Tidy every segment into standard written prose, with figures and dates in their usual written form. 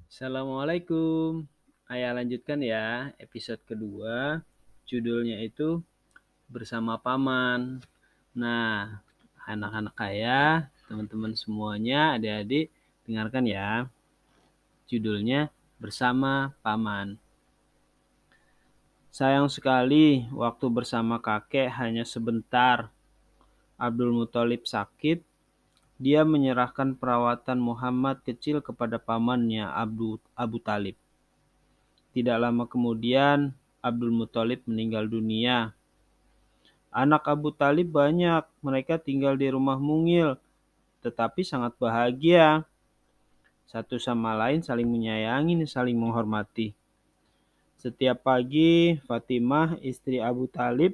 Assalamualaikum. Ayah lanjutkan ya, episode kedua. Judulnya itu Bersama Paman. Nah, anak-anak ayah, teman-teman semuanya, adik-adik, dengarkan ya. Judulnya Bersama Paman. Sayang sekali, waktu bersama kakek hanya sebentar. Abdul Muthalib sakit. Dia menyerahkan perawatan Muhammad kecil kepada pamannya Abu Talib. Tidak lama kemudian, Abdul Muthalib meninggal dunia. Anak Abu Talib banyak, mereka tinggal di rumah mungil, tetapi sangat bahagia. Satu sama lain saling menyayangi dan saling menghormati. Setiap pagi, Fatimah, istri Abu Talib,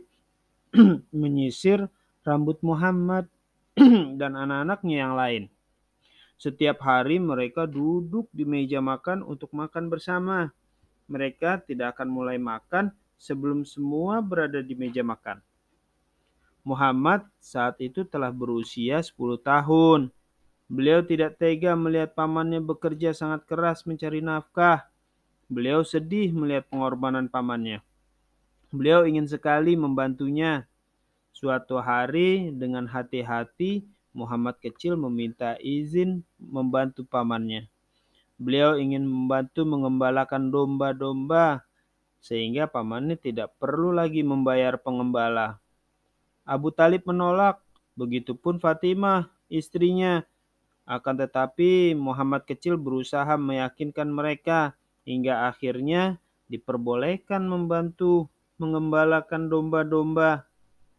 menyisir rambut Muhammad dan anak-anaknya yang lain. Setiap hari mereka duduk di meja makan untuk makan bersama. Mereka tidak akan mulai makan sebelum semua berada di meja makan. Muhammad saat itu telah berusia 10 tahun. Beliau tidak tega melihat pamannya bekerja sangat keras mencari nafkah. Beliau sedih melihat pengorbanan pamannya. Beliau ingin sekali membantunya. Suatu hari dengan hati-hati Muhammad kecil meminta izin membantu pamannya. Beliau ingin membantu mengembalakan domba-domba sehingga pamannya tidak perlu lagi membayar pengembala. Abu Talib menolak, begitupun Fatimah, istrinya. Akan tetapi Muhammad kecil berusaha meyakinkan mereka hingga akhirnya diperbolehkan membantu mengembalakan domba-domba.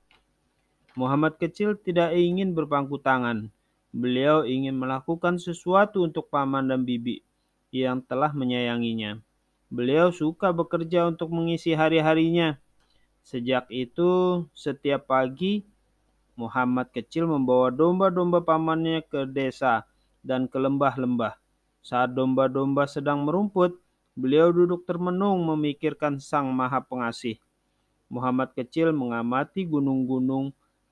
Muhammad kecil tidak ingin berpangku tangan. Beliau ingin melakukan sesuatu untuk paman dan bibi yang telah menyayanginya. Beliau suka bekerja untuk mengisi hari-harinya. Sejak itu, setiap pagi Muhammad kecil membawa domba-domba pamannya ke desa dan ke lembah-lembah. Saat domba-domba sedang merumput, beliau duduk termenung memikirkan Sang Maha Pengasih. Muhammad kecil mengamati gunung-gunung,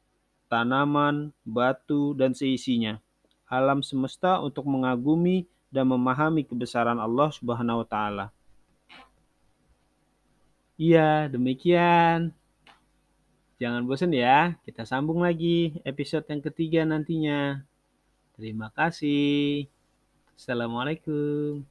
tanaman, batu, dan seisinya. Alam semesta untuk mengagumi dan memahami kebesaran Allah Subhanahu wa taala. Iya, demikian. Jangan bosan ya, kita sambung lagi episode yang ketiga nantinya. Terima kasih. Assalamualaikum.